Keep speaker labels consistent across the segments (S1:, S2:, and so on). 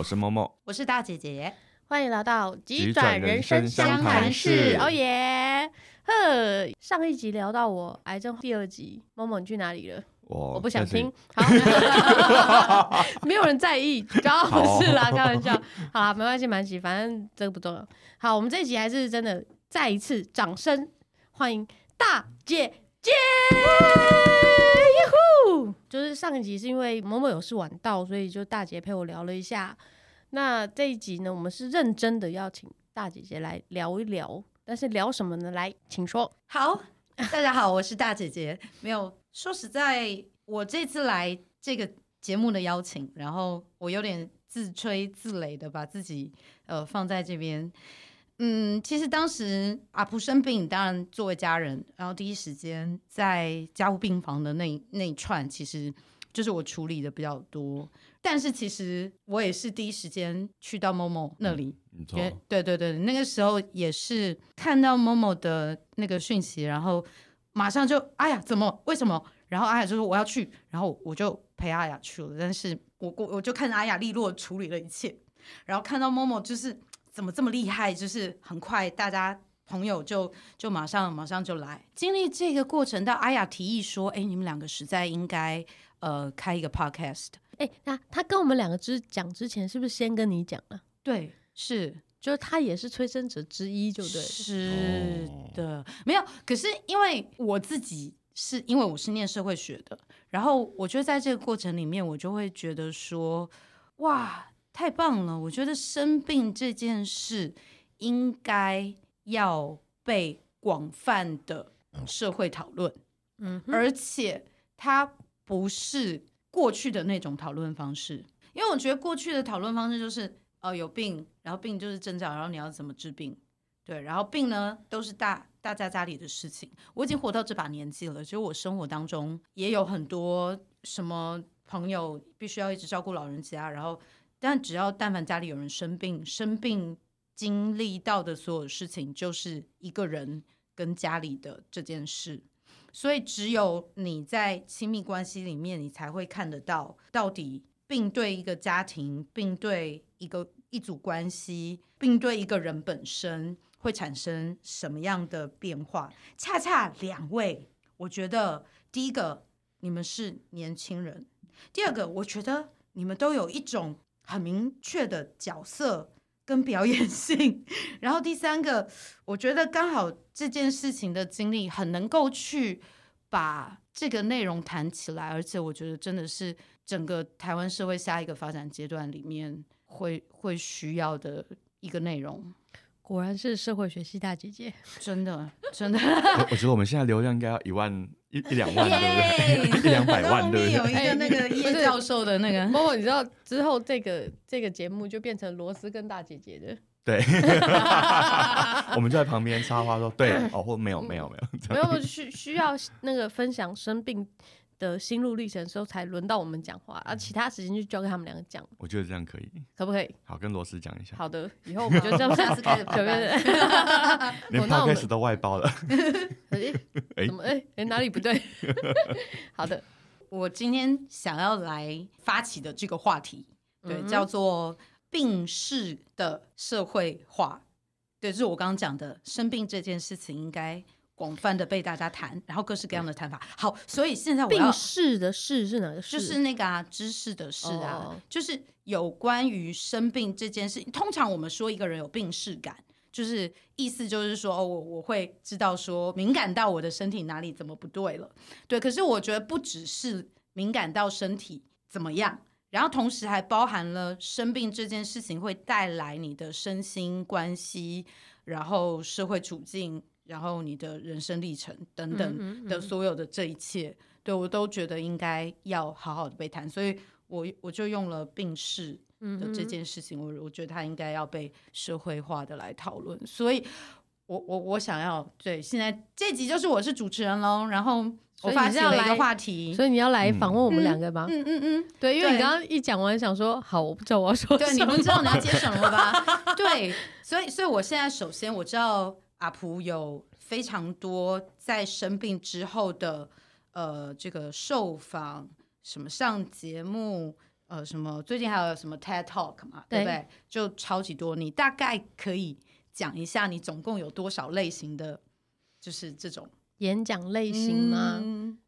S1: 是某某，
S2: 我是大姐姐，
S3: 欢迎来到急转人生相谈室。哦耶！上一集聊到我癌症第2集，某某你去哪里了？我不想听。好，没有人在意，刚刚不是啦，开玩笑。好啦，没关系，反正这个不重要。好，我们这一集还是真的再一次掌声欢迎大姐姐。就是上一集是因为某某有事晚到，所以就大姐陪我聊了一下。那这一集呢，我们是认真的要请大姐姐来聊一聊，但是聊什么呢？来，请说。
S2: 好，大家好，我是大姐姐。没有说实在，我这次来这个节目的邀请，然后我有点自吹自擂的把自己放在这边。其实当时阿普生病，当然作为家人，然后第一时间在加护病房的那一串，其实就是我处理的比较多。但是其实我也是第一时间去到某某那里，对，那个时候也是看到某某的那个讯息，然后马上就哎呀怎么为什么？然后阿雅就说我要去，然后我就陪阿雅去了。但是我就看着阿雅利落处理了一切，然后看到某某就是怎么这么厉害，就是很快大家朋友就马上就来。经历这个过程到阿雅提议说，你们两个实在应该开一个 podcast。
S3: 那他跟我们两个讲之前，是不是先跟你讲了？
S2: 对，是，
S3: 就是他也是催生者之一，就对了。
S2: 是的，没有。可是因为我自己是因为我是念社会学的，然后我觉得在这个过程里面，我就会觉得说，哇，太棒了！我觉得生病这件事应该要被广泛的社会讨论，而且它不是过去的那种讨论方式，因为我觉得过去的讨论方式就是有病，然后病就是征兆，然后你要怎么治病，对，然后病呢都是大家家里的事情。我已经活到这把年纪了，就我生活当中也有很多什么朋友必须要一直照顾老人家，然后但凡家里有人生病经历到的所有事情就是一个人跟家里的这件事。所以只有你在亲密关系里面，你才会看得到到底病对一个家庭，病对一组关系，病对一个人本身会产生什么样的变化。恰恰两位，我觉得第一个你们是年轻人，第二个我觉得你们都有一种很明确的角色跟表演性，然后第三个我觉得刚好这件事情的经历很能够去把这个内容谈起来，而且我觉得真的是整个台湾社会下一个发展阶段里面会需要的一个内容。
S3: 果然是社会学系大姐姐，
S2: 真的
S1: 我觉得我们现在流量应该要1万1、2万，对不对？100-200万，对不对？
S2: 有一个那个叶教授的那个，
S3: 包括你知道之后这个节目就变成罗斯跟大姐姐的。
S1: 对，我们就在旁边插话说对或没有，
S3: 没有需要那个分享生病的心路历程的时候才轮到我们讲话，其他时间就交给他们两个讲。
S1: 我觉得这样可以，
S3: 可不可以？
S1: 好，跟罗斯讲一下。
S3: 好的，以后我们就这样下次开始陪伴，
S1: 连 podcast 都外包了。
S3: 哪里不对？好的，
S2: 我今天想要来发起的这个话题，对，叫做病逝的社会化。对，就是我刚刚讲的，生病这件事情应该广泛的被大家谈，然后各式各样的谈法。好，所以现在我要
S3: 病逝的逝是哪个逝？
S2: 就是那个知识的事啊，就是有关于生病这件事。通常我们说一个人有病逝感，就是意思就是说，我会知道说敏感到我的身体哪里怎么不对了。对，可是我觉得不只是敏感到身体怎么样，然后同时还包含了生病这件事情会带来你的身心关系，然后社会处境，然后你的人生历程等等的所有的这一切，对，我都觉得应该要好好的被谈。所以我就用了病逝的这件事情，我觉得它应该要被社会化的来讨论。所以我想要，对，现在这集就是我是主持人咯，然后我发起了一个话题，
S3: 所以你要来访问我们两个吗？对，因为你刚刚一讲完想说好，我不知道我要说什么，
S2: 对，你们知道你要接什么了吧？对，所以我现在首先我知道阿普有非常多在生病之后的这个受访，什么上节目， 什么最近还有什么 TED Talk 嘛，对不对？就超级多。你大概可以讲一下，你总共有多少类型的，就是这种
S3: 演讲类型吗？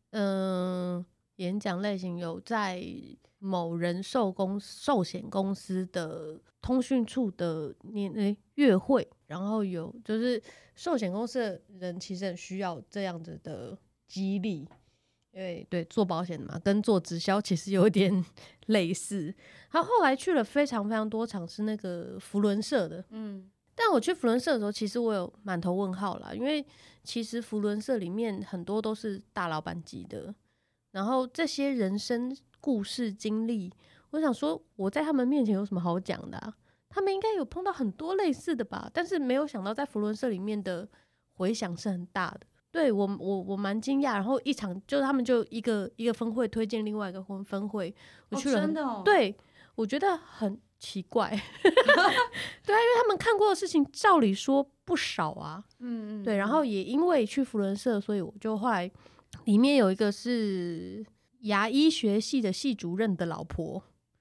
S3: 演讲类型有在某人寿险公司的通讯处的月会，然后有就是寿险公司的人其实很需要这样子的激励，因为对做保险嘛，跟做直销其实有点类似。然后后来去了非常非常多场是那个福伦社的，但我去福伦社的时候，其实我有满头问号啦，因为其实福伦社里面很多都是大老板级的，然后这些人生故事经历，我想说我在他们面前有什么好讲的啊？他们应该有碰到很多类似的吧，但是没有想到在福伦社里面的回响是很大的。对我蛮惊讶，然后一场就是他们就一个分会推荐另外一个分会，我去了，
S2: 真的哦，
S3: 对，我觉得很奇怪，对啊，因为他们看过的事情照理说不少啊，对，然后也因为去福伦社，所以我就后来里面有一个是牙医学系的系主任的老婆。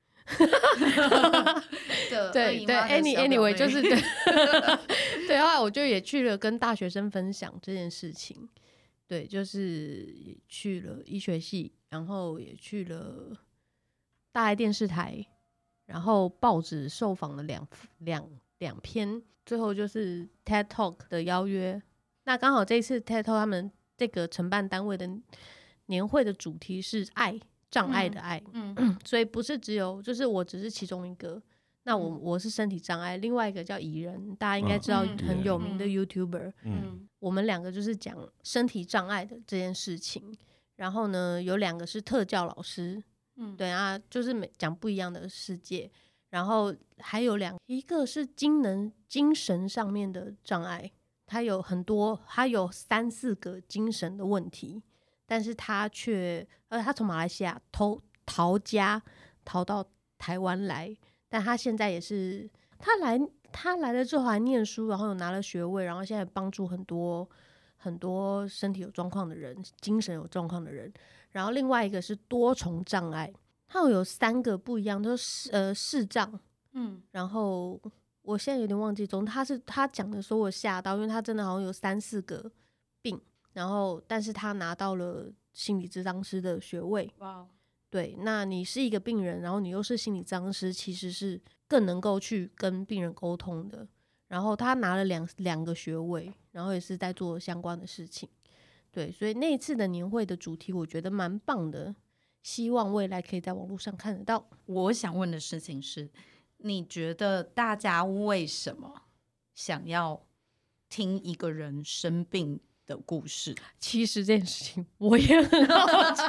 S3: 对 anyway 就是对，后来我就也去了跟大学生分享这件事情，对，就是也去了医学系，然后也去了大爱电视台，然后报纸受访了两篇，最后就是 TED Talk 的邀约。那刚好这一次 TED Talk 他们这个承办单位的年会的主题是爱，障碍的爱，所以不是只有就是我只是其中一个。那我是身体障碍，另外一个叫蚁人，大家应该知道很有名的 YouTuber，我们两个就是讲身体障碍的这件事情。然后呢，有2个是特教老师，对啊，就是讲不一样的世界。然后还有一个是精神上面的障碍，他有3-4个精神的问题，但是他从马来西亚逃到台湾来，但他现在也是他来了之后还念书，然后有拿了学位，然后现在帮助很多身体有状况的人，精神有状况的人。然后另外一个是多重障碍，他有3个不一样，都是视障，然后我现在有点忘记，总之他讲的时候我吓到，因为他真的好像有3-4个病，然后但是他拿到了心理咨商师的学位。哇，对，那你是一个病人，然后你又是心理咨商师，其实是更能够去跟病人沟通的。然后他拿了两个学位，然后也是在做相关的事情。对，所以那一次的年会的主题我觉得蛮棒的，希望未来可以在网络上看得到。
S2: 我想问的事情是，你觉得大家为什么想要听一个人生病的故事？
S3: 其实这件事情我也很好奇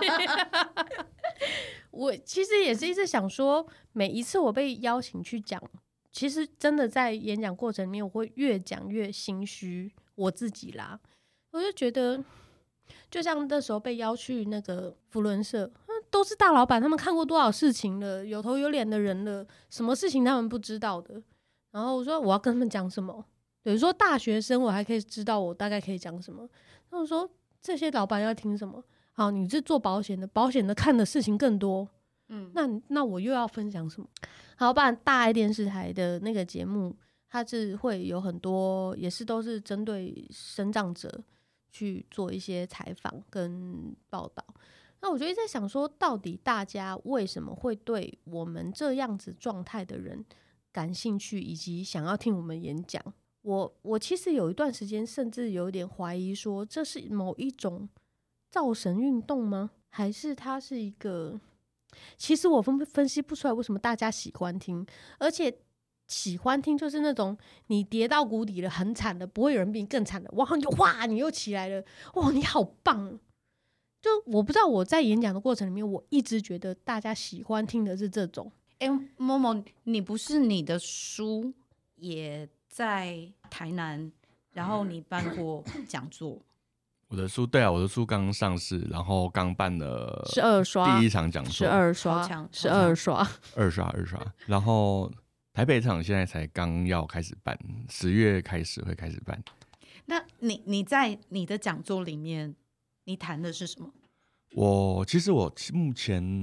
S3: 我其实也是一直想说，每一次我被邀请去讲，其实真的在演讲过程里面我会越讲越心虚，我自己啦，我就觉得就像那时候被邀去那个福伦社，都是大老板，他们看过多少事情了，有头有脸的人了，什么事情他们不知道的。然后我说我要跟他们讲什么，比如说大学生我还可以知道我大概可以讲什么，他们说这些老板要听什么，好，你是做保险的看的事情更多，那我又要分享什么？好，不然大爱电视台的那个节目，它是会有很多也是都是针对身障者去做一些采访跟报道。那我就一直在想说，到底大家为什么会对我们这样子状态的人感兴趣，以及想要听我们演讲？我其实有一段时间甚至有点怀疑说，这是某一种造神运动吗？还是它是一个？其实我分析不出来为什么大家喜欢听，而且喜欢听就是那种你跌到谷底了很惨的，不会有人比你更惨的，哇你又起来了，哇你好棒。就我不知道我在演讲的过程里面，我一直觉得大家喜欢听的是这种。
S2: Momo， 你不是你的书也在台南，然后你办过讲座？
S1: 我的书，对啊，我的书刚上市，然后刚办了
S3: 12刷
S1: 第一场讲座
S3: ，12刷，
S1: 二刷，然后台北场现在才刚要开始办，10月开始会开始办。
S2: 那你在你的讲座里面，你谈的是什么？
S1: 其实我目前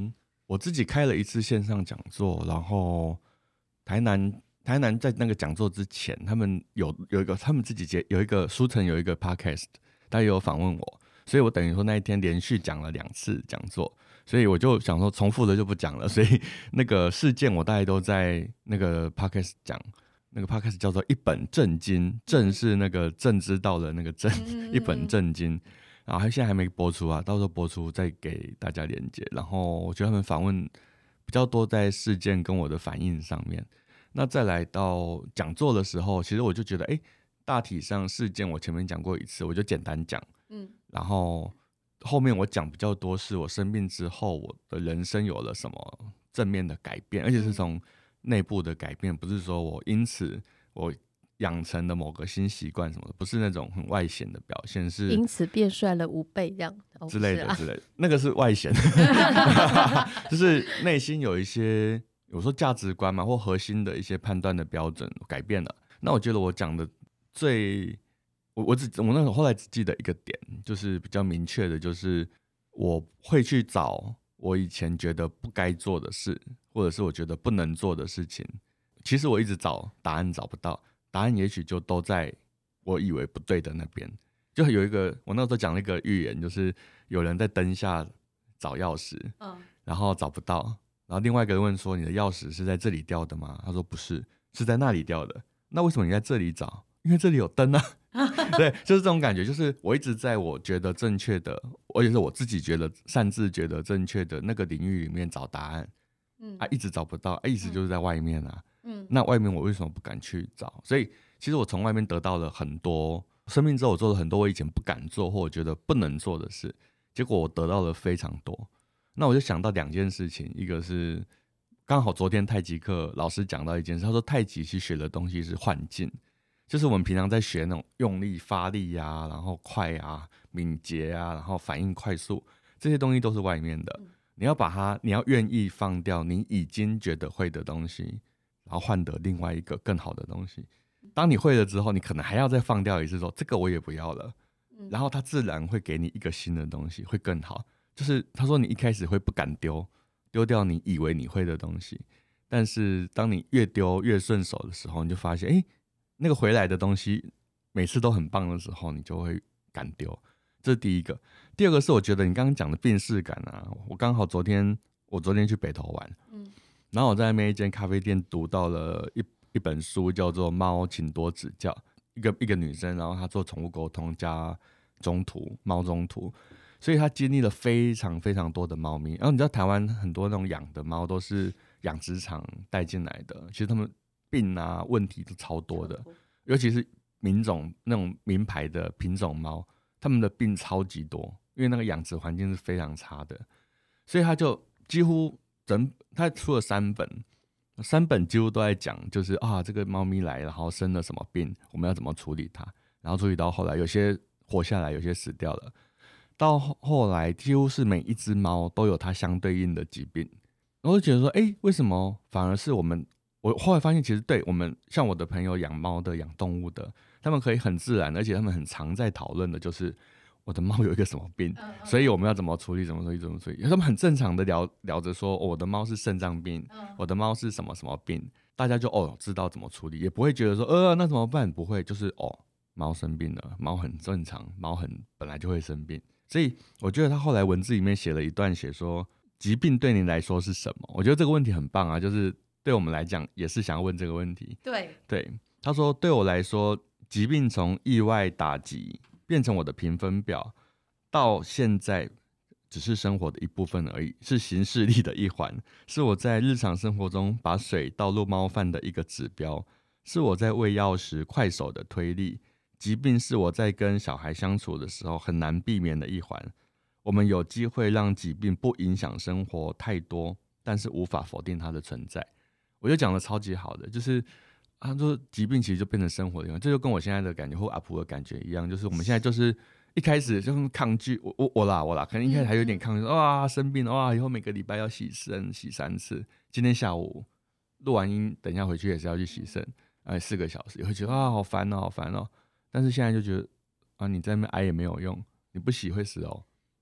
S1: 我自己开了一次线上讲座，然后台南在那个讲座之前，他们有一个他们自己有一个书城有一个 podcast， 他也有访问我，所以我等于说那一天连续讲了2次讲座，所以我就想说重复的就不讲了，所以那个事件我大概都在那个 podcast 讲。那个 podcast 叫做一本正经，正是那个正知道的那个正，一本正经，然后现在还没播出啊，到时候播出再给大家连结。然后我觉得他们访问比较多在事件跟我的反应上面。那再来到讲座的时候，其实我就觉得，大体上事件我前面讲过一次，我就简单讲，然后后面我讲比较多是我生病之后我的人生有了什么正面的改变，而且是从内部的改变，不是说我因此我养成了某个新习惯什么的，不是那种很外显的表现，是
S3: 因此变帅了5倍这样
S1: 之类的之类的，那个是外显就是内心有一些有时候价值观嘛，或核心的一些判断的标准改变了。那我觉得我讲的我那时候后来只记得一个点，就是比较明确的，就是我会去找我以前觉得不该做的事，或者是我觉得不能做的事情，其实我一直找答案找不到，答案也许就都在我以为不对的那边。就有一个我那时候讲了一个寓言，就是有人在灯下找钥匙，然后找不到，然后另外一个人问说你的钥匙是在这里掉的吗？他说不是，是在那里掉的。那为什么你在这里找？因为这里有灯啊对，就是这种感觉，就是我一直在我觉得正确的，而且是我自己觉得擅自觉得正确的那个领域里面找答案，一直找不到，意思就是在外面啊，那外面我为什么不敢去找？所以其实我从外面得到了很多，生命之后我做了很多我以前不敢做或我觉得不能做的事，结果我得到了非常多。那我就想到2件事情，一个是刚好昨天太极课老师讲到一件事，他说太极其实学的东西是幻境，就是我们平常在学那种用力发力啊，然后快啊敏捷啊，然后反应快速，这些东西都是外面的，你要愿意放掉你已经觉得会的东西，然后换得另外一个更好的东西。当你会了之后，你可能还要再放掉一次，说这个我也不要了，然后他自然会给你一个新的东西，会更好。就是他说你一开始会不敢丢掉你以为你会的东西，但是当你越丢越顺手的时候，你就发现那个回来的东西每次都很棒的时候，你就会敢丢。这是第一个。第二个是我觉得你刚刚讲的病识感啊，我刚好昨天去北投玩，然后我在那边一间咖啡店读到了一本书，叫做《猫请多指教》，一个女生，然后她做宠物沟通加猫中途，所以她经历了非常非常多的猫咪。然后你知道台湾很多那种养的猫都是养殖场带进来的，其实他们病啊问题都超多的，尤其是那种名牌的品种猫，他们的病超级多，因为那个养殖环境是非常差的，所以他就几乎他出了3本几乎都在讲，就是这个猫咪来然后生了什么病，我们要怎么处理它，然后处理到后来有些活下来，有些死掉了，到后来几乎是每一只猫都有它相对应的疾病。我就觉得说为什么反而是我后来发现其实对我们像我的朋友养猫的养动物的，他们可以很自然，而且他们很常在讨论的就是我的猫有一个什么病，所以我们要怎么处理怎么处理。他们很正常的聊着说我的猫是肾脏病，我的猫是什么什么病，大家就知道怎么处理，也不会觉得说那怎么办，不会，就是猫生病了，猫很正常，猫本来就会生病。所以我觉得他后来文字里面写了一段，写说疾病对你来说是什么？我觉得这个问题很棒啊，就是对我们来讲也是想要问这个问题。对，他说对我来说，疾病从意外打击变成我的评分表，到现在只是生活的一部分而已，是行事历的一环，是我在日常生活中把水倒入猫饭的一个指标，是我在喂药时快手的推力。疾病是我在跟小孩相处的时候很难避免的一环。我们有机会让疾病不影响生活太多，但是无法否定它的存在。我就讲的超级好的，就是他说疾病其实就变成生活的一环，这就跟我现在的感觉或阿普的感觉一样，就是我们现在就是一开始就抗拒我啦，可能一开始还有点抗拒，生病了，以后每个礼拜要洗肾洗3次。今天下午录完音，等一下回去也是要去洗肾，4个小时，也会觉得好烦哦。但是现在就觉得你在那边挨也没有用，你不洗会死哦。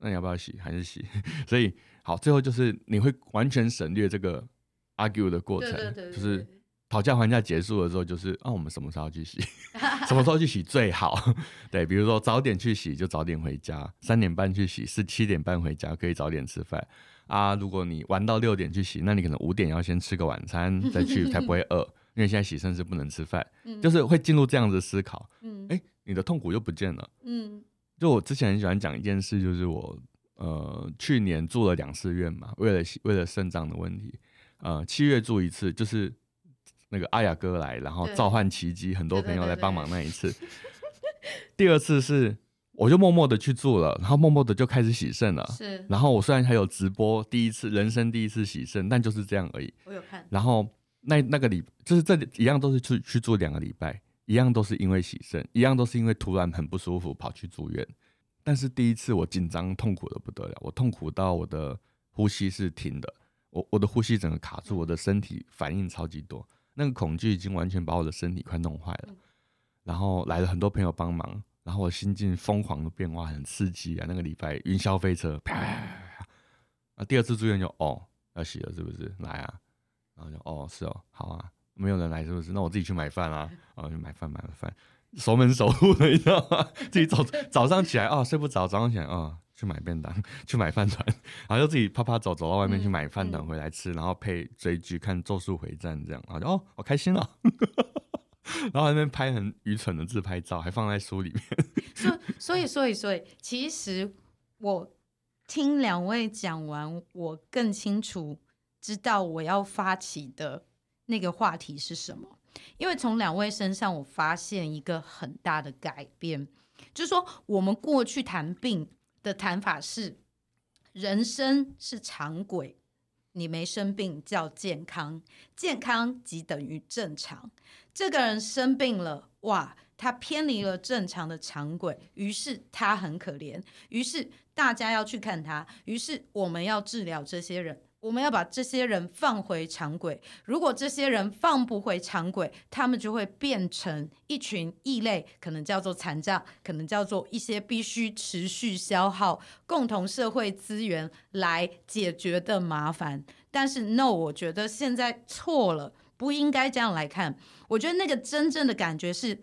S1: 那你要不要洗？还是洗？所以好，最后就是你会完全省略这个 argue 的过程，
S2: 对，
S1: 就是讨价还价结束了之后，就是我们什么时候去洗，什么时候去洗最好？对，比如说早点去洗就早点回家，3点半去洗是7点半回家，可以早点吃饭啊。如果你玩到6点去洗，那你可能5点要先吃个晚餐再去，才不会饿，因为现在洗肾是不能吃饭，就是会进入这样子的思考。你的痛苦又不见了。就我之前很喜欢讲一件事，就是我去年住了2次院嘛，为了肾脏的问题，7月住1次，就是那个阿雅哥来，然后召唤奇迹，很多朋友来帮忙那一次。第2次是我就默默的去住了，然后默默的就开始洗肾了。
S2: 是，
S1: 然后我虽然还有直播人生第一次洗肾，但就是这样而已。
S2: 我有看。然
S1: 后那个就是这一样都是去住2个礼拜，一样都是因为洗肾，一样都是因为突然很不舒服跑去住院。但是第1次我紧张痛苦的不得了，我痛苦到我的呼吸是停的，我的呼吸整个卡住，我的身体反应超级多。那个恐惧已经完全把我的身体快弄坏了，然后来了很多朋友帮忙，然后我心境疯狂的变化，很刺激啊！那个礼拜云霄飞车，啪啪啪啪。第2次住院就要洗了是不是？来啊，然后就是好啊，没有人来是不是？那我自己去买饭啊，然后就买饭，熟门熟路的，你知道吗？自己早上起来睡不着，早上起来去买便当，去买饭团，然后就自己啪啪走到外面去买饭团回来吃，然后配追剧看《咒术回战》这样，然后就好开心啊！然后在那边拍很愚蠢的自拍照，还放在书里面。
S2: 所以，其实我听2位讲完，我更清楚知道我要发起的那个话题是什么。因为从2位身上，我发现一个很大的改变，就是说我们过去谈病的谈法是人生是常轨，你没生病叫健康，健康即等于正常。这个人生病了，哇，他偏离了正常的常轨，于是他很可怜，于是大家要去看他，于是我们要治疗这些人，我们要把这些人放回常轨。如果这些人放不回常轨，他们就会变成一群异类，可能叫做残障，可能叫做一些必须持续消耗共同社会资源来解决的麻烦。但是 no， 我觉得现在错了，不应该这样来看。我觉得那个真正的感觉是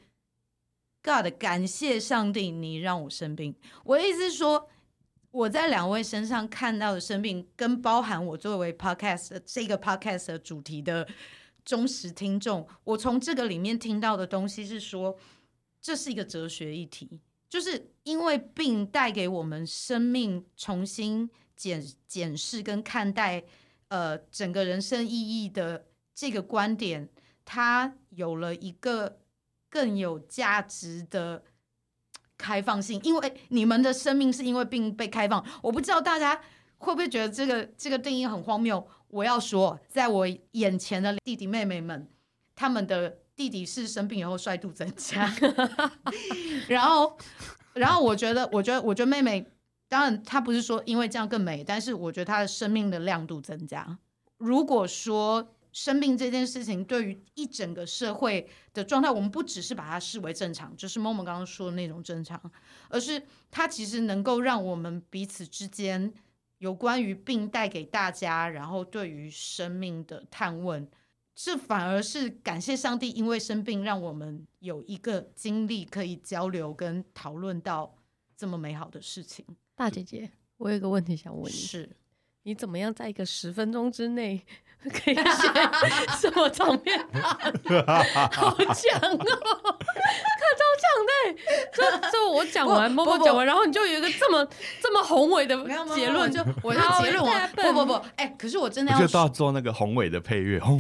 S2: God， 感谢上帝你让我生病。我的意思是说，我在2位身上看到的生病，跟包含我作为 podcast 这个 podcast 的主题的忠实听众，我从这个里面听到的东西是说，这是一个哲学议题，就是因为病带给我们生命重新检视跟看待整个人生意义的这个观点，它有了一个更有价值的开放性。因为你们的生命是因为病被开放，我不知道大家会不会觉得这个定义很荒谬。我要说，在我眼前的弟弟妹妹们，他们的弟弟是生病以后帅度增加然后我觉得妹妹，当然她不是说因为这样更美，但是我觉得她的生命的亮度增加。如果说生病这件事情对于一整个社会的状态，我们不只是把它视为正常，就是Momo刚刚说的那种正常，而是它其实能够让我们彼此之间有关于病带给大家，然后对于生命的探问，这反而是感谢上帝，因为生病让我们有一个经历可以交流跟讨论到这么美好的事情。
S3: 大姐姐，我有一个问题想问你，
S2: 是
S3: 你怎么样在一个10分钟之内可以写什么场面好强哦，看超强的。就我讲完默默讲完，然后你就有一个这么宏伟的结论，就
S2: 我的结论不可是我真的
S1: 我觉得都要做那个宏伟的配乐，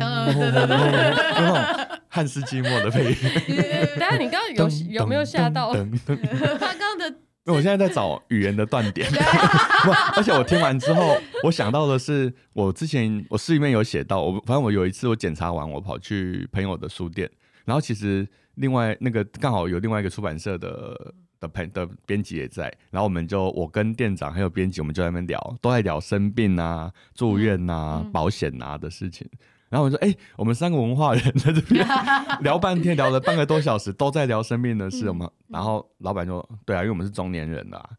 S1: 汉斯季默的配乐。
S3: 等下你刚刚有没有吓到？他刚刚的
S1: 我现在在找语言的断点而且我听完之后，我想到的是我之前我诗里面有写到，反正我有一次我检查完，我跑去朋友的书店，然后其实另外那个刚好有另外一个出版社的编辑也在，然后我跟店长还有编辑，我们就在那边聊，都在聊生病啊、住院啊、保险啊的事情。然后我说我们3个文化人在这边聊半天，聊了半个多小时，都在聊生病的事。然后老板说对啊，因为我们是中年人啊，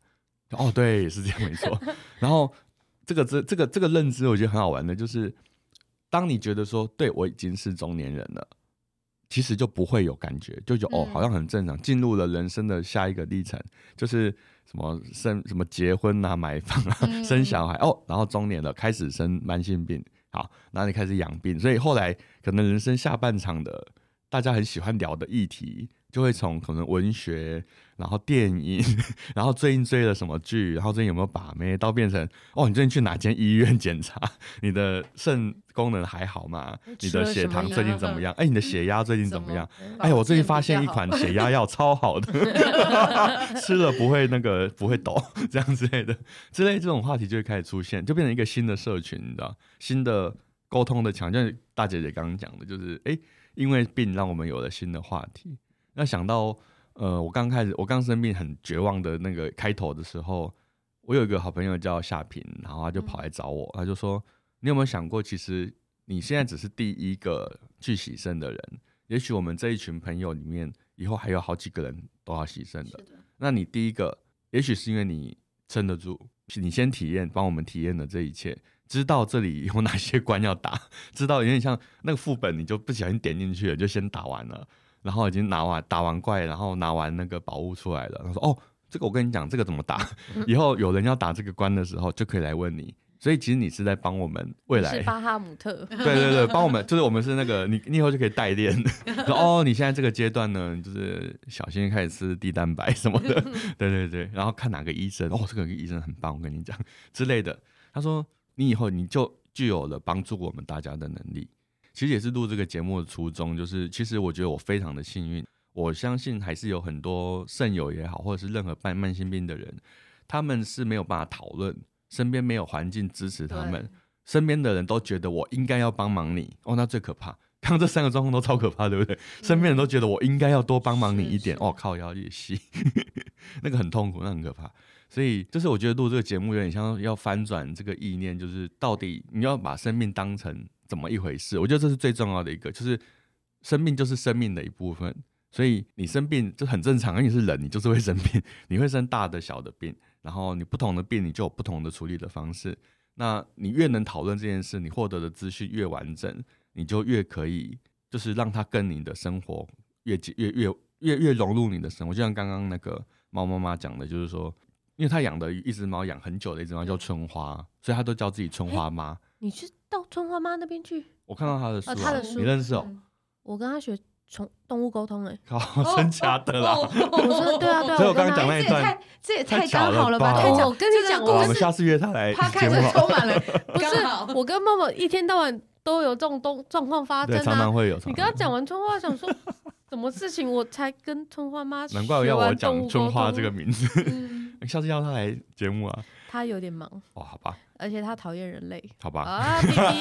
S1: 哦，对，是这样没错。然后这个认知我觉得很好玩的，就是当你觉得说对我已经是中年人了，其实就不会有感觉，就觉得好像很正常，进入了人生的下一个历程，就是什么结婚啊、买房啊、生小孩然后中年了开始生慢性病，好，然后你开始养病，所以后来可能人生下半场的大家很喜欢聊的议题，就会从可能文学，然后电影，然后最近追了什么剧，然后最近有没有把妹，到变成你最近去哪间医院检查，你的肾功能还好吗？你的血糖最近怎么样？你的血压最近怎么样？我最近发现一款血压药超好的，吃了不会抖，这样之类的，这种话题就会开始出现，就变成一个新的社群，你知道，新的沟通的墙，就是大姐姐刚刚讲的，就是因为病让我们有了新的话题。那想到我刚生病很绝望的那个开头的时候，我有一个好朋友叫夏平，然后他就跑来找我，他就说你有没有想过，其实你现在只是第一个去洗肾的人，也许我们这一群朋友里面以后还有好几个人都要洗肾的，那你第一个也许是因为你撑得住，你先帮我们体验了这一切，知道这里有哪些关要打，知道有点像那个副本你就不小心点进去了，就先打完了，然后已经打完怪，然后拿完那个宝物出来了，他说这个我跟你讲，这个怎么打，以后有人要打这个关的时候就可以来问你，所以其实你是在帮我们未来，
S3: 是巴哈姆特，
S1: 对，帮我们，就是我们是那个你以后就可以代练，说你现在这个阶段呢，你就是小心开始吃低蛋白什么的，对，然后看哪个医生，这个医生很棒，我跟你讲之类的。他说你以后你就具有了帮助我们大家的能力。其实也是录这个节目的初衷，就是其实我觉得我非常的幸运，我相信还是有很多肾友也好，或者是任何慢性病的人，他们是没有办法讨论，身边没有环境支持他们，身边的人都觉得我应该要帮忙你，那最可怕。刚刚这三个状况都超可怕，对不对？身边人都觉得我应该要多帮忙你一点，靠腰也细，那个很痛苦，那很可怕。所以就是我觉得录这个节目有点像要翻转这个意念，就是到底你要把生命当成怎么一回事？我觉得这是最重要的一个，就是生命就是生命的一部分，所以你生病就很正常，因为你是人，你就是会生病，你会生大的小的病，然后你不同的病你就有不同的处理的方式。那你越能讨论这件事，你获得的资讯越完整，你就越可以就是让它跟你的生活越融入你的生活。就像刚刚那个猫妈妈讲的，就是说因为他养的一只猫，养很久的一只猫叫春花，所以他都叫自己春花妈。
S3: 你去到春花妈那边去？
S1: 我看到他的书，
S3: 他的书
S1: 你认识
S3: 我跟他学动物沟通
S1: 真假的啦？
S3: 我说对啊，
S1: 所以我刚刚讲那一段，
S2: 这也太刚好了吧？
S3: 我跟你讲，
S1: 我们下次约他来节目好。
S2: 充满了，
S3: 不是我跟默默一天到晚都有这种状况发生，
S1: 常常会有。
S3: 你跟他讲完春花，想说什么事情，我才跟春花妈。
S1: 难怪我要我讲春花这个名字。下次邀他来节目啊。
S3: 他有点忙
S1: 好吧，
S3: 而且他讨厌人类，
S1: 好吧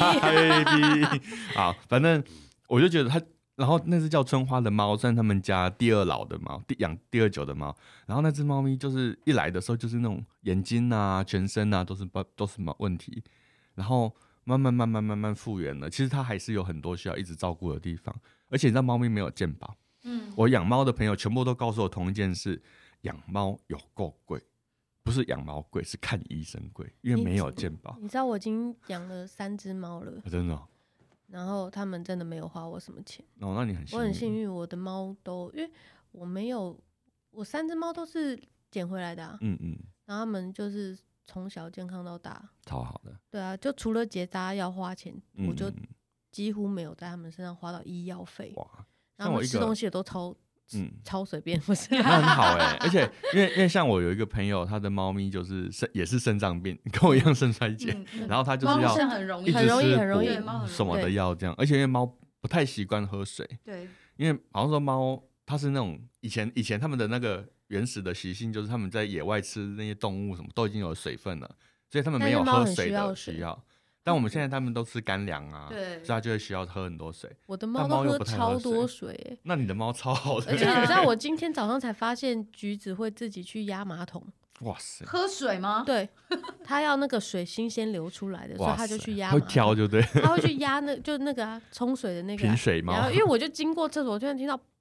S1: baby 好，反正我就觉得他，然后那只叫春花的猫算他们家第二老的猫，养第二久的猫，然后那只猫咪就是一来的时候就是那种眼睛啊全身啊都是问题，然后慢慢复原了。其实它还是有很多需要一直照顾的地方，而且你知道猫咪没有健保，我养猫的朋友全部都告诉我同一件事，养猫有够贵，不是养猫贵，是看医生贵，因为没有健保。
S3: 你知道我已经养了3只猫了，
S1: 真的
S3: 然后他们真的没有花我什么钱。
S1: 那你很幸运。
S3: 我很幸运，我的猫都因为我没有，我3只猫都是捡回来的然后他们就是从小健康到大，
S1: 超好的。
S3: 对啊，就除了结扎要花钱，我就几乎没有在他们身上花到医药费。哇，然后他们吃东西也都超随便，不是？
S1: 那很好而且因为像我有一个朋友，他的猫咪就是也是肾脏病，跟我一样肾衰竭，然后他就是要一直吃什么的药这样，而且因为猫不太习惯喝水，
S2: 对，
S1: 因为好像说猫它是那种以前他们的那个原始的习性，就是他们在野外吃那些动物什么都已经有水分了，所以他们没有喝水的需要。但我们现在他们都吃干粮啊，所以它就会需要喝很多水。
S3: 我的猫都喝超多水
S1: 那你的猫超好的。
S3: 而且你知道我今天早上才发现橘子会自己去压马桶。
S1: 哇塞！
S2: 喝水吗？
S3: 对，它要那个水新鲜流出来的，所以它就去压马桶。
S1: 会挑就对。
S3: 它会去压那个冲水的那个
S1: 瓶水吗？
S3: 然后因为我就经过厕所，我突然听到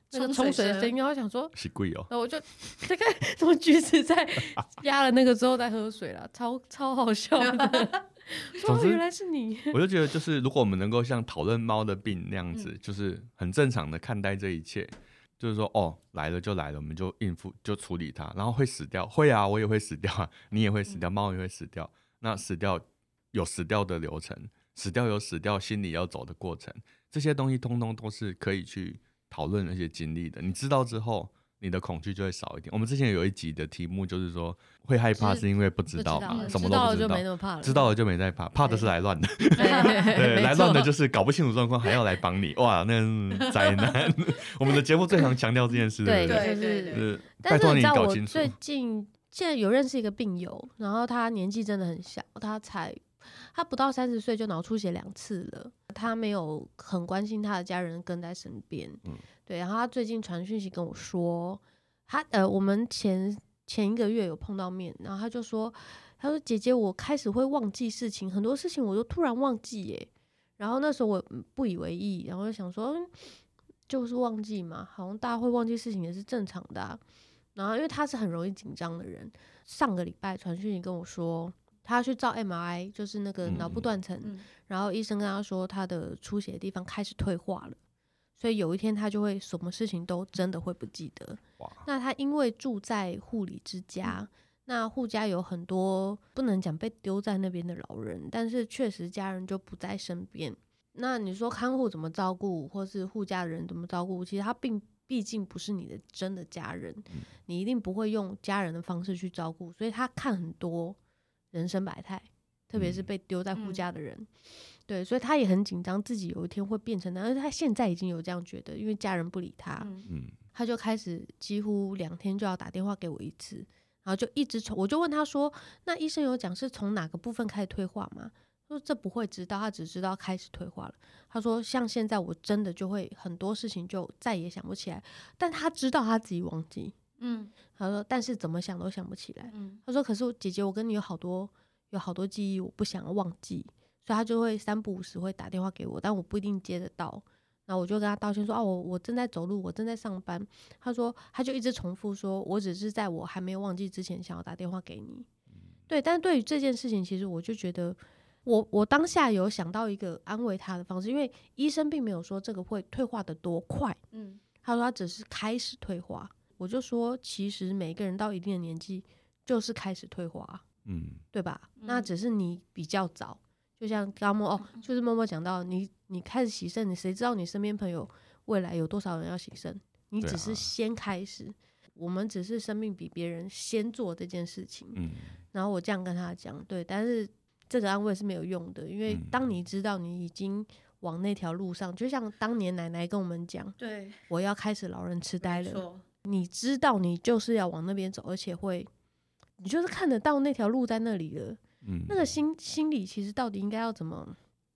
S3: 那个冲水的声音，然后想说
S1: 是贵哦，
S3: 然后我就在看怎么橘子在压了那个之后再喝水了，超好笑的。说原来是你，
S1: 我就觉得就是如果我们能够像讨论猫的病那样子，就是很正常的看待这一切，就是说来了就来了，我们就应付就处理它，然后会死掉，会啊，我也会死掉啊，你也会死掉，猫也会死掉，那死掉有死掉的流程，死掉有死掉心里要走的过程，这些东西通通都是可以去讨论那些经历的，你知道之后你的恐惧就会少一点。我们之前有一集的题目就是说会害怕是因为不知道嘛，什么都不知道，
S3: 知道了就没那么怕了，
S1: 知道了就没再怕，怕的是来乱的对，来乱的就是搞不清楚状况还要来帮你，哇，那是灾难我们的节目最常强调这件事，对
S3: 对，拜
S1: 托你搞清楚。
S3: 最近现在有认识一个病友，然后他年纪真的很小，他不到30岁就脑出血2次了，他没有很关心他的家人跟在身边，对，然后他最近传讯息跟我说，我们前1个月有碰到面，然后他说姐姐，我开始会忘记事情，很多事情我就突然忘记耶，然后那时候我不以为意，然后就想说就是忘记嘛，好像大家会忘记事情也是正常的啊。然后因为他是很容易紧张的人，上个礼拜传讯息跟我说他要去照 MRI， 就是那个脑部断层，然后医生跟他说他的出血的地方开始退化了，所以有一天他就会什么事情都真的会不记得。那他因为住在护理之家，那护家有很多不能讲被丢在那边的老人，但是确实家人就不在身边。那你说看护怎么照顾，或是护家的人怎么照顾，其实他毕竟不是你的真的家人，你一定不会用家人的方式去照顾，所以他看很多人生百态，特别是被丢在护家的人，对，所以他也很紧张自己有一天会变成那样，而且他现在已经有这样觉得，因为家人不理他，他就开始几乎2天就要打电话给我一次，然后就一直我就问他说，那医生有讲是从哪个部分开始退化吗？他说这不会知道，他只知道开始退化了。他说像现在我真的就会很多事情就再也想不起来，但他知道他自己忘记，他说但是怎么想都想不起来，他说可是姐姐我跟你有好多记忆我不想要忘记，所以他就会3不5时会打电话给我，但我不一定接得到，然后我就跟他道歉说我正在走路，我正在上班。他说他就一直重复说我只是在我还没有忘记之前想要打电话给你，对，但是对于这件事情其实我就觉得我当下有想到一个安慰他的方式，因为医生并没有说这个会退化的多快，他说他只是开始退化，我就说其实每个人到一定的年纪就是开始退化，对吧？那只是你比较早，就像刚就是默默讲到你开始洗肾，你谁知道你身边朋友未来有多少人要洗肾？你只是先开始，我们只是生命比别人先做这件事情，然后我这样跟他讲，对，但是这个安慰是没有用的，因为当你知道你已经往那条路上，就像当年奶奶跟我们讲，
S2: 对，
S3: 我要开始老人痴呆了，你知道你就是要往那边走，而且你就是看得到那条路在那里了，那个心理其实到底应该要怎么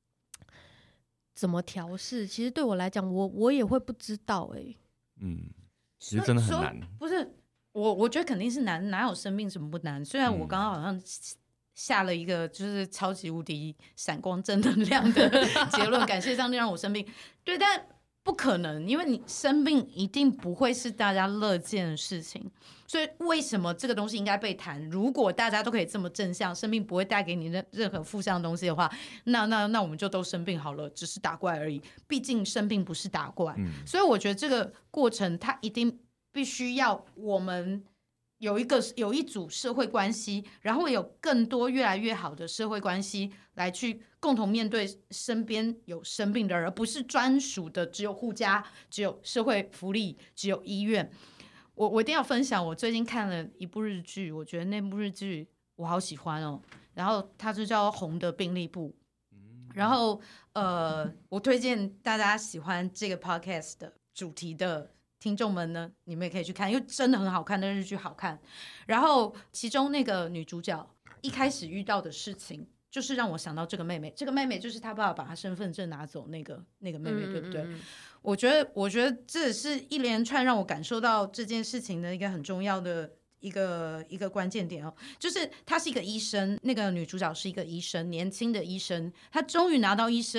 S3: 调试，其实对我来讲我也会不知道
S1: 其实真的很难，
S2: 不是我觉得肯定是难，哪有生病什么不难？虽然我刚刚好像下了一个就是超级无敌闪光正能量的结论，感谢上帝让我生病，对，但不可能，因为你生病一定不会是大家乐见的事情，所以为什么这个东西应该被谈？如果大家都可以这么正向，生病不会带给你任何负向的东西的话，那我们就都生病好了，只是打怪而已。毕竟生病不是打怪，所以我觉得这个过程它一定必须要我们有一组社会关系，然后有更多越来越好的社会关系来去共同面对身边有生病的人，而不是专属的只有护家，只有社会福利，只有医院。我一定要分享，我最近看了一部日剧，我觉得那部日剧我好喜欢哦。然后它就叫《红的病历簿》，然后我推荐大家喜欢这个 podcast 的主题的听众们呢，你们也可以去看，因为真的很好看，那日剧好看。然后其中那个女主角一开始遇到的事情，就是让我想到这个妹妹，这个妹妹就是她爸爸把她身份证拿走那个妹妹，对不对？我觉得这是一连串让我感受到这件事情的一个很重要的一个关键点哦，就是她是一个医生，那个女主角是一个医生，年轻的医生，她终于拿到医生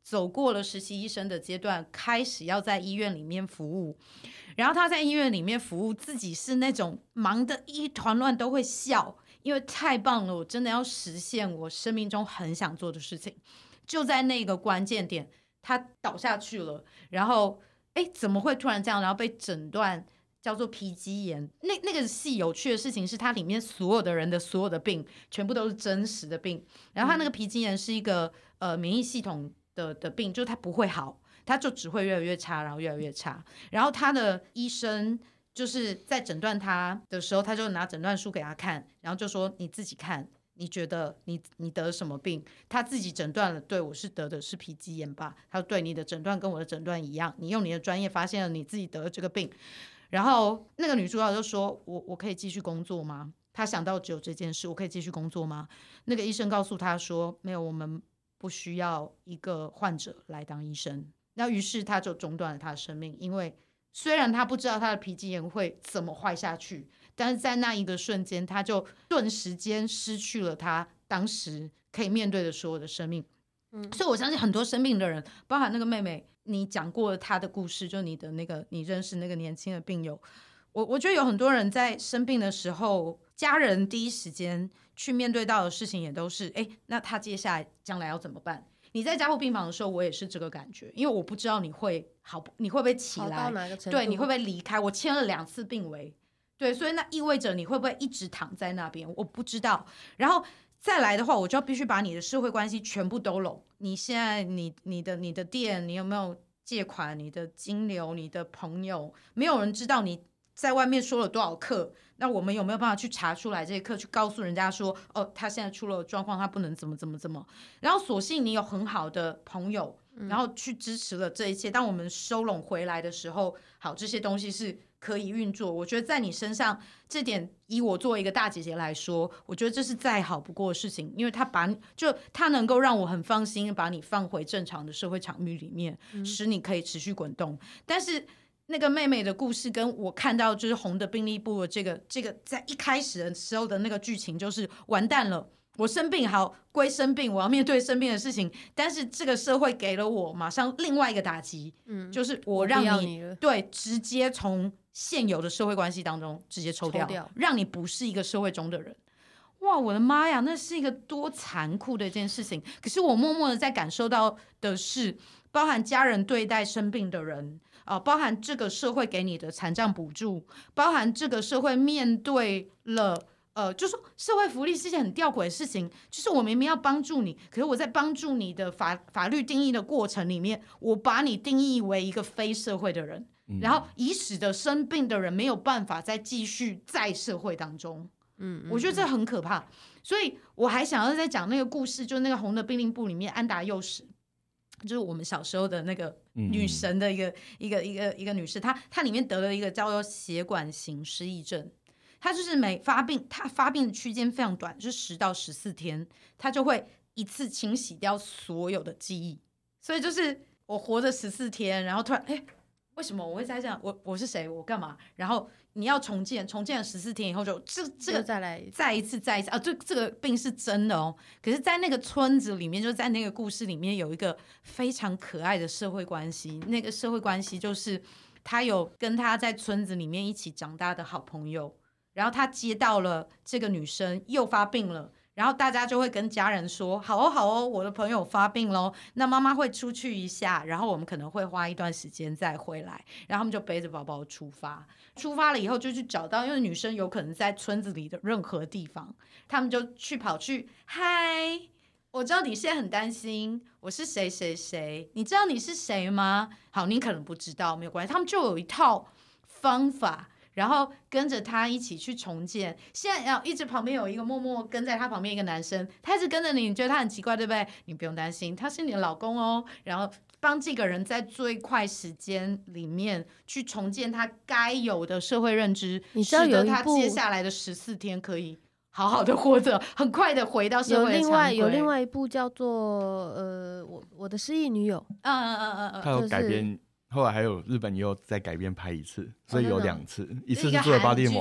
S2: 走过了实习医生的阶段，开始要在医院里面服务。然后他在医院里面服务，自己是那种忙得一团乱都会笑，因为太棒了，我真的要实现我生命中很想做的事情。就在那个关键点，他倒下去了，然后怎么会突然这样？然后被诊断叫做皮肌炎。那个戏有趣的事情是，它里面所有的人的所有的病全部都是真实的病。然后他那个皮肌炎是一个免疫系统的病，就是它不会好，它就只会越来越差，然后越来越差。然后他的医生就是在诊断他的时候，他就拿诊断书给他看，然后就说你自己看，你觉得你得什么病？他自己诊断了，对，我是得的是皮肌炎吧。他说对，你的诊断跟我的诊断一样，你用你的专业发现了你自己得了这个病。然后那个女主角就说我可以继续工作吗？她想到只有这件事，我可以继续工作吗？那个医生告诉她说没有，我们不需要一个患者来当医生。那于是他就中断了他的生命，因为虽然他不知道他的皮肌炎会怎么坏下去，但是在那一个瞬间，他就顿时间失去了他当时可以面对的所有的生命。所以我相信很多生病的人，包含那个妹妹，你讲过他的故事，就你的那个你认识那个年轻的病友，我觉得有很多人在生病的时候，家人第一时间去面对到的事情也都是，那他接下来将来要怎么办？你在加护病房的时候，我也是这个感觉，因为我不知道你会好，你会不会起来，对，你会不会离开？我签了2次病危，对，所以那意味着你会不会一直躺在那边？我不知道。然后再来的话，我就要必须把你的社会关系全部都拢。你现在你的店，你有没有借款？你的金流，你的朋友，没有人知道你在外面说了多少课。那我们有没有办法去查出来这些课，去告诉人家说，他现在出了状况，他不能怎么。然后所幸你有很好的朋友，然后去支持了这一切。当我们收拢回来的时候，好，这些东西是可以运作。我觉得在你身上这点，以我作为一个大姐姐来说，我觉得这是再好不过的事情，因为他能够让我很放心把你放回正常的社会场域里面，使你可以持续滚动。但是那个妹妹的故事跟我看到就是红的病历簿的这个在一开始的时候的那个剧情，就是完蛋了，我生病，好归生病，我要面对生病的事情，但是这个社会给了我马上另外一个打击，就是我让你对直接从现有的社会关系当中直接抽掉，让你不是一个社会中的人。哇，我的妈呀，那是一个多残酷的一件事情。可是我默默的在感受到的是，包含家人对待生病的人包含这个社会给你的残障补助，包含这个社会面对了就说社会福利是一件很吊诡的事情，就是我明明要帮助你，可是我在帮助你的法律定义的过程里面，我把你定义为一个非社会的人，然后以使得生病的人没有办法再继续在社会当中。我觉得这很可怕。所以我还想要再讲那个故事，就是那个红的病令簿里面安达幼时，就是我们小时候的那个女神的一个女士，她里面得了一个叫做血管型失忆症。她就是她发病的区间非常短，就是10到14天，她就会一次清洗掉所有的记忆。所以就是我活着14天，然后突然为什么我会在这样？我是谁？我干嘛？然后你要重建了14天以后就这个再一次啊！这个病是真的哦。可是，在那个村子里面，就在那个故事里面，有一个非常可爱的社会关系。那个社会关系就是他有跟他在村子里面一起长大的好朋友，然后他接到了这个女生又发病了。然后大家就会跟家人说，好哦，我的朋友发病咯，那妈妈会出去一下，然后我们可能会花一段时间再回来，然后他们就背着宝宝出发了以后就去找到，因为女生有可能在村子里的任何地方，他们就跑去嗨，我知道你现在很担心，我是谁谁谁，你知道你是谁吗？好，你可能不知道，没有关系，他们就有一套方法，然后跟着他一起去重建。现在要一直旁边有一个默默跟在他旁边一个男生，他一直跟着你，你觉得他很奇怪对不对？你不用担心，他是你的老公哦。然后帮这个人在最快时间里面去重建他该有的社会认知，使得他接下来的14天可以好好的活着，很快的回到社会的常规。
S3: 有另外一部叫做我的失忆女友，
S1: 他有改编。后来还有日本也有再改编拍一次，所以有2次，一次是住在巴蒂摩，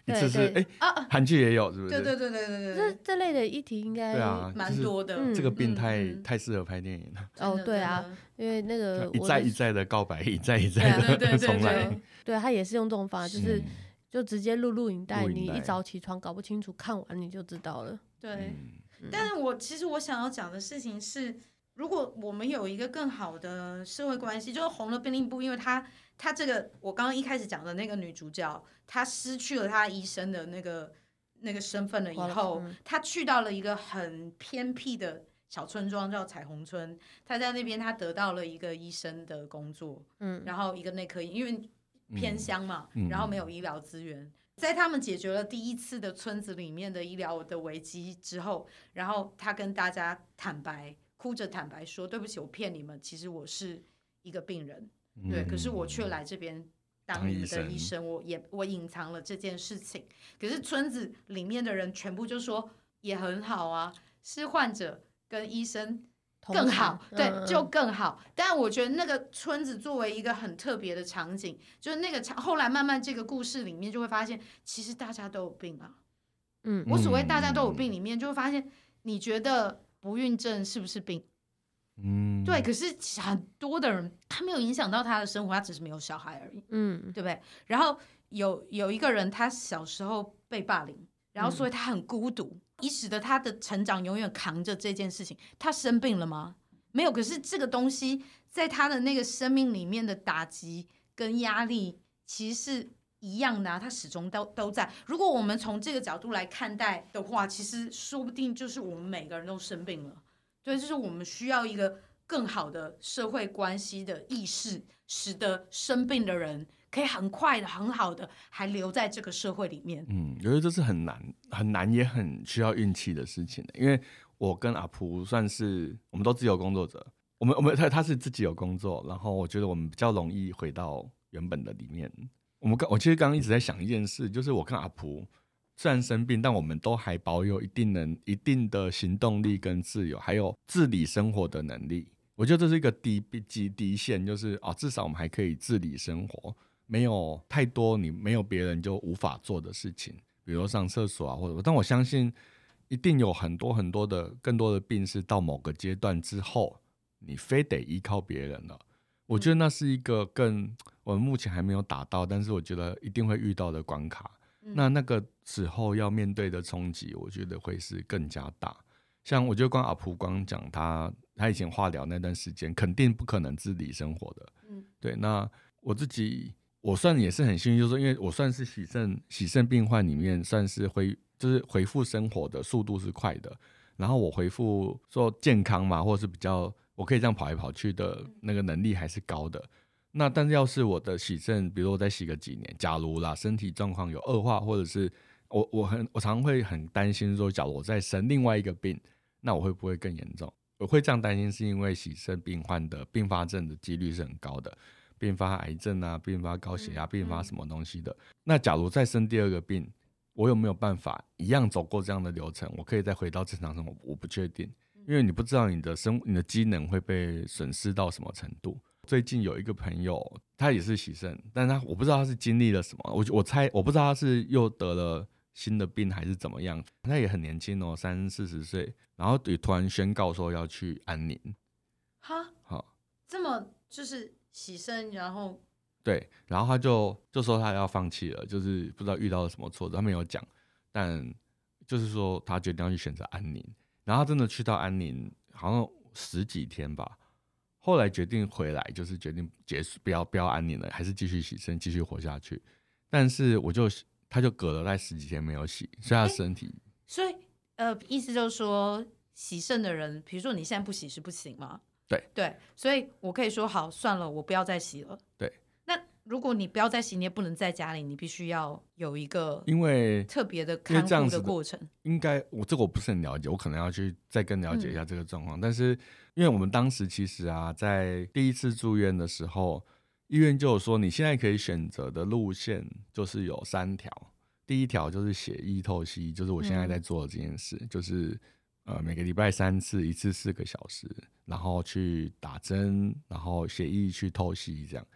S1: 一次是韩剧也有是不是？
S2: 对，
S3: 这类的议题应该
S2: 蛮多的。
S1: 这个病太适合拍电影了。
S3: 哦，对啊，因为那个
S1: 一再一再的告白，一再一再的重来。
S3: 对，他也是用这种方法，就直接录影带，你一早起床搞不清楚，看完你就知道了。
S2: 对，但是其实我想要讲的事情是，如果我们有一个更好的社会关系，就是红了便利部，因为他这个我刚刚一开始讲的那个女主角，她失去了她医生的那个身份了以后，她去到了一个很偏僻的小村庄叫彩虹村，她在那边她得到了一个医生的工作，然后一个内科医，因为偏乡嘛，然后没有医疗资源。在他们解决了第一次的村子里面的医疗的危机之后，然后他跟大家哭着坦白说：“对不起，我骗你们，其实我是一个病人，对，可是我却来这边当你们的医生，我隐藏了这件事情。可是村子里面的人全部就说也很好啊，是患者跟医生更好，对，就更好。但我觉得那个村子作为一个很特别的场景，就是那个后来慢慢这个故事里面就会发现，其实大家都有病啊。我所谓大家都有病里面，就会发现，你觉得不孕症是不是病？对。可是很多的人他没有影响到他的生活，他只是没有小孩而已，对不对？然后有一个人，他小时候被霸凌，然后所以他很孤独。以使得他的成长永远扛着这件事情。他生病了吗？没有。可是这个东西在他的那个生命里面的打击跟压力其实是一样的啊，他始终都在。如果我们从这个角度来看待的话，其实说不定就是我们每个人都生病了。对，就是我们需要一个更好的社会关系的意识，使得生病的人可以很快的、很好的还留在这个社会里面。
S1: 我觉得这是很难也很需要运气的事情。因为我跟阿普算是我们都自由工作者，他是自己有工作，然后我觉得我们比较容易回到原本的里面。我其实刚刚一直在想一件事，就是我跟阿普虽然生病，但我们都还保有一定的行动力跟自由，还有自理生活的能力。我觉得这是一个底线，就是至少我们还可以自理生活，没有太多你没有别人就无法做的事情，比如上厕所啊，或者。但我相信一定有很多很多的更多的病是到某个阶段之后，你非得依靠别人了。我觉得那是一个我们目前还没有达到，但是我觉得一定会遇到的关卡。那个时候要面对的冲击，我觉得会是更加大。像我觉得光阿普光讲他以前化疗那段时间，肯定不可能自理生活的。对。那我算也是很幸运，就是说因为我算是洗肾病患里面算是就是恢复生活的速度是快的，然后我恢复说健康嘛，或者是比较我可以这样跑来跑去的那个能力还是高的。那但是要是我的洗肾，比如我再洗个几年，假如啦身体状况有恶化，或者是我常会很担心说，假如我再生另外一个病，那我会不会更严重？我会这样担心是因为洗肾病患的并发症的几率是很高的，并发癌症啊，并发高血压，并发什么东西的。那假如再生第二个病，我有没有办法一样走过这样的流程，我可以再回到正常生活？我不确定，因为你不知道你的机能会被损失到什么程度。最近有一个朋友，他也是洗肾，但我不知道他是经历了什么，我不知道他是又得了新的病还是怎么样。他也很年轻哦，30-40岁，然后突然宣告说要去安宁。好，
S2: 这么就是洗肾，然后
S1: 对，然后他就说他要放弃了，就是不知道遇到了什么挫折，他没有讲，但就是说他决定要去选择安宁。然后他真的去到安宁，好像10几天吧。后来决定回来，就是决定结束，不要安宁了，还是继续洗肾，继续活下去。但是他就隔了大概10几天没有洗，所以他的身体，
S2: 所以意思就是说，洗肾的人，比如说你现在不洗是不行吗？对，所以我可以说好，算了，我不要再洗了。
S1: 对。
S2: 那如果你不要再洗，你也不能在家里，你必须要有一个特别的看护的过程。
S1: 应该我不是很了解，我可能要去再更了解一下这个状况。但是因为我们当时其实在第一次住院的时候，医院就有说你现在可以选择的路线就是有3条。第一条就是血液透析，就是我现在在做的这件事，就是每个礼拜3次，一次4个小时，然后去打针，然后血液去透析这样。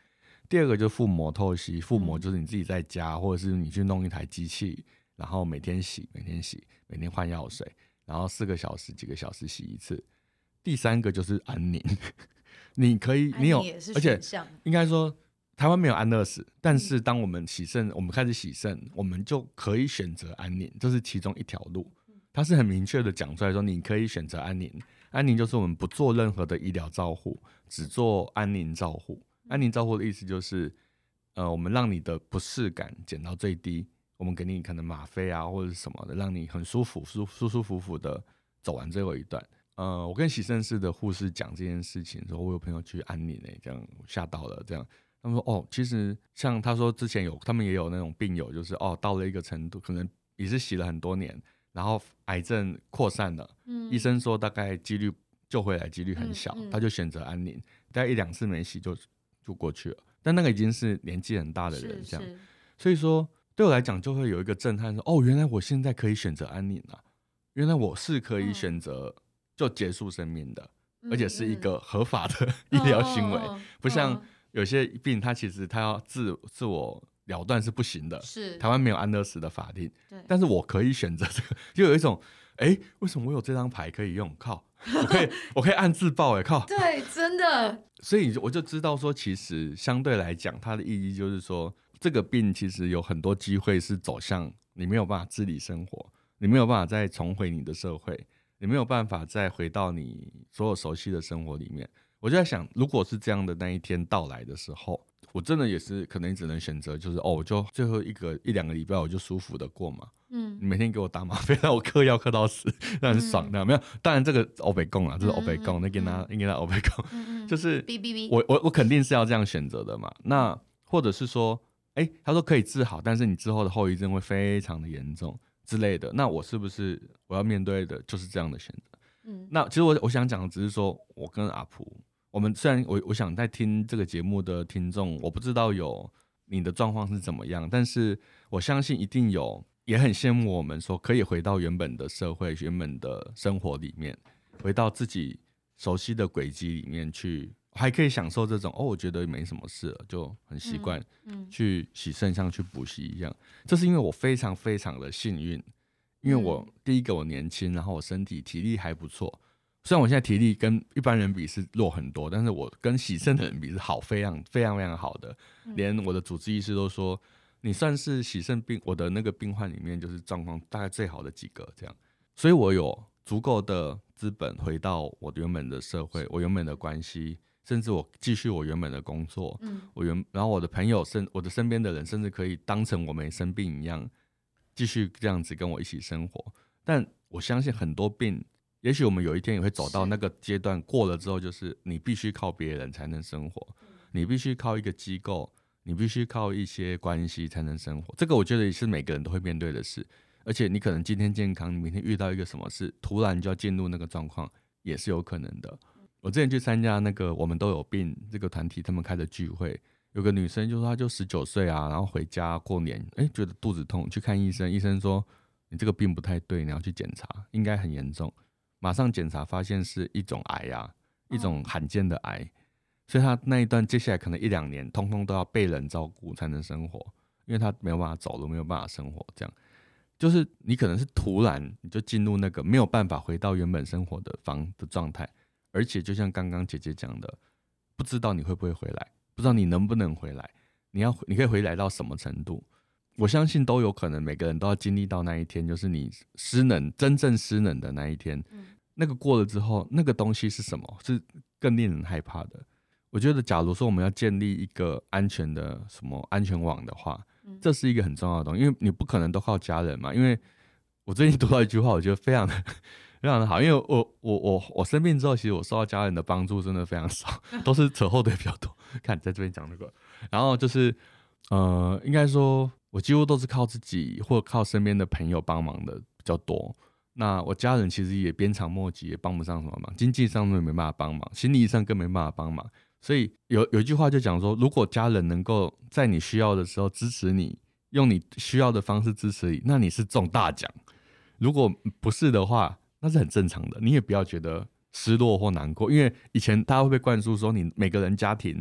S1: 第二个就是腹膜透析，腹膜就是你自己在家，或者是你去弄一台机器，然后每天洗，每天换药水，然后4个小时几个小时洗一次。第三个就是安宁，你可以，你有，而且应该说台湾没有安乐死，但是当我们洗肾，我们开始洗肾，我们就可以选择安宁，这是其中一条路。它是很明确的讲出来说，你可以选择安宁。安宁就是我们不做任何的医疗照护，只做安宁照护。安宁照护的意思就是，我们让你的不适感减到最低，我们给你可能吗啡啊或者是什么的，让你很舒服、舒服的走完最后一段。我跟洗肾室的护士讲这件事情的时候，我有朋友去安宁这样吓到了，这样他们说其实像他说之前他们也有那种病友，就是到了一个程度，可能也是洗了很多年，然后癌症扩散了，医生说大概几率救回来几率很小，他就选择安宁，大概1-2次没洗就过去了。但那个已经是年纪很大的人，这样，所以说对我来讲就会有一个震撼说，原来我现在可以选择安宁啊，原来我是可以选择就结束生命的，而且是一个合法的医疗行为，不像有些病它其实它要自我了断是不行的，是台湾没有安乐死的法令，但是我可以选择这个，就有一种为什么我有这张牌可以用？靠，我可以按自爆靠，
S2: 对，真的。
S1: 所以我就知道说，其实相对来讲，它的意义就是说，这个病其实有很多机会是走向你没有办法自理生活，你没有办法再重回你的社会，你没有办法再回到你所有熟悉的生活里面。我就在想，如果是这样的那一天到来的时候，我真的也是可能只能选择就是我就最后1-2个礼拜我就舒服的过嘛，你每天给我打吗啡，让我嗑药嗑到死，那很爽的，没有？当然这个欧北共啊，这是欧北共，那跟他欧北共，就是我肯定是要这样选择的嘛。那或者是说，他说可以治好，但是你之后的后遗症会非常的严重之类的，那我是不是我要面对的就是这样的选择？那其实我想讲的只是说，我跟阿普。我们虽然我想在听这个节目的听众，我不知道有你的状况是怎么样，但是我相信一定有，也很羡慕我们说可以回到原本的社会、原本的生活里面，回到自己熟悉的轨迹里面去，还可以享受这种我觉得没什么事了，就很习惯去洗肾像去补习一样。这是因为我非常非常的幸运，因为我第一个我年轻，然后我身体体力还不错。虽然我现在体力跟一般人比是弱很多，但是我跟洗肾的人比是好，非常非常非常好的，连我的主治医师都说你算是洗肾病我的那个病患里面就是状况大概最好的几个这样，所以我有足够的资本回到我原本的社会，我原本的关系，甚至我继续我原本的工作，然后我的朋友我的身边的人甚至可以当成我没生病一样继续这样子跟我一起生活。但我相信很多病也许我们有一天也会走到那个阶段，过了之后就是你必须靠别人才能生活，你必须靠一个机构，你必须靠一些关系才能生活。这个我觉得也是每个人都会面对的事，而且你可能今天健康，你明天遇到一个什么事，突然就要进入那个状况，也是有可能的。我之前去参加那个我们都有病这个团体他们开的聚会，有个女生就说她就19岁啊，然后回家过年觉得肚子痛去看医生，医生说你这个病不太对，你要去检查，应该很严重。马上检查发现是一种癌啊，一种罕见的癌，所以他那一段接下来可能1-2年通通都要被人照顾才能生活，因为他没有办法走路，没有办法生活，这样就是你可能是突然你就进入那个没有办法回到原本生活的状态，而且就像刚刚姐姐讲的，不知道你会不会回来，不知道你能不能回来，你可以回来到什么程度，我相信都有可能，每个人都要经历到那一天，就是你真正失能的那一天。那个过了之后，那个东西是什么？是更令人害怕的。我觉得，假如说我们要建立一个安全的什么安全网的话，这是一个很重要的东西，因为你不可能都靠家人嘛。因为我最近读到一句话，我觉得非常的好，因为我生病之后，其实我受到家人的帮助真的非常少，都是扯后腿比较多。看在这边讲那个，然后就是应该说，我几乎都是靠自己或靠身边的朋友帮忙的比较多。那我家人其实也鞭长莫及，也帮不上什么忙，经济上面没办法帮忙，心理上更没办法帮忙。所以有一句话就讲说，如果家人能够在你需要的时候支持你，用你需要的方式支持你，那你是中大奖。如果不是的话，那是很正常的，你也不要觉得失落或难过，因为以前大家会被灌输说，你每个人家庭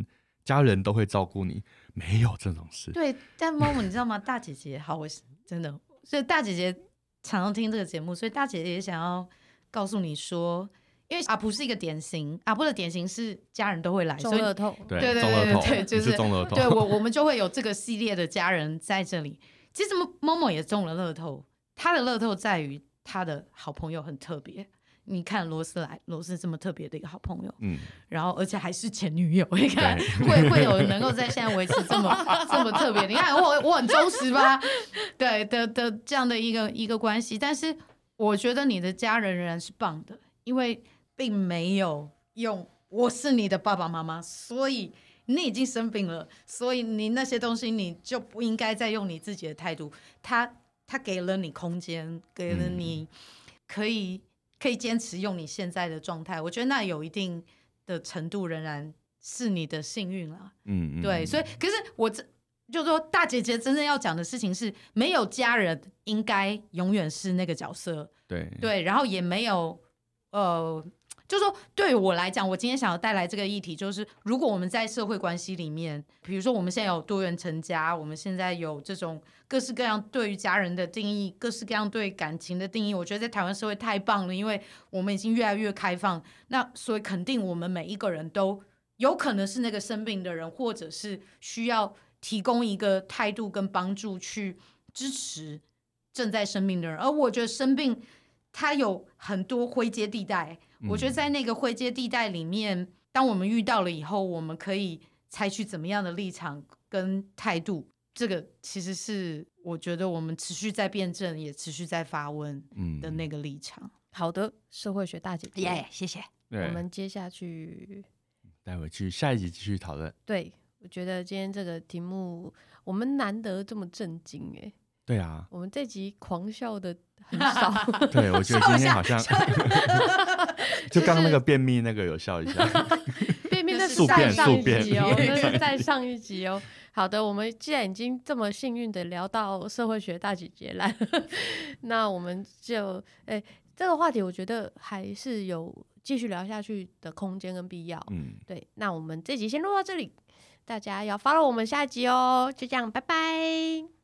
S1: 家人都会照顾你，没有这种事。
S2: 对，但Momo你知道吗？大姐姐好，我真的，所以大姐姐常常听这个节目，所以大姐姐也想要告诉你说，因为阿普是一个典型，阿普的典型是家人都会来，
S3: 中乐透，
S1: 对
S2: 对，就是
S1: 中乐透，
S2: 对我们就会有这个系列的家人在这里。其实Momo也中了乐透，他的乐透在于他的好朋友很特别。你看罗斯这么特别的一个好朋友，然后而且还是前女友，你看会有能够在现在维持这么特别，你看我很忠实吧？对的这样的一个关系，但是我觉得你的家人仍然是棒的，因为并没有用我是你的爸爸妈妈，所以你已经生病了，所以你那些东西你就不应该再用你自己的态度。他给了你空间，给了你可以坚持用你现在的状态，我觉得那有一定的程度仍然是你的幸运啦。对，所以可是我就说大姐姐真正要讲的事情是，没有家人应该永远是那个角色。对，然后也没有就是说对我来讲，我今天想要带来这个议题，就是如果我们在社会关系里面，比如说我们现在有多元成家，我们现在有这种各式各样对于家人的定义，各式各样对感情的定义，我觉得在台湾社会太棒了，因为我们已经越来越开放，那所以肯定我们每一个人都有可能是那个生病的人，或者是需要提供一个态度跟帮助去支持正在生病的人。而我觉得生病它有很多灰阶地带，我觉得在那个灰阶地带里面，当我们遇到了以后，我们可以采取怎么样的立场跟态度，这个其实是我觉得我们持续在辩证，也持续在发问的那个立场。
S3: 好的，社会学大姐姐，
S2: 谢谢。
S3: 我们接下去
S1: 待会去下一集继续讨论。
S3: 对，我觉得今天这个题目我们难得这么震惊耶。
S1: 对啊，
S3: 我们这集狂笑的很少。
S1: 对，我觉得今天好像就刚刚那个便秘那个有笑一下。
S3: 便秘那是再上一集哦，那是再上一集哦。好的，我们既然已经这么幸运的聊到社会学大姐姐来了，那我们就这个话题我觉得还是有继续聊下去的空间跟必要。对，那我们这集先录到这里，大家要 follow 我们下一集哦，就这样，拜拜。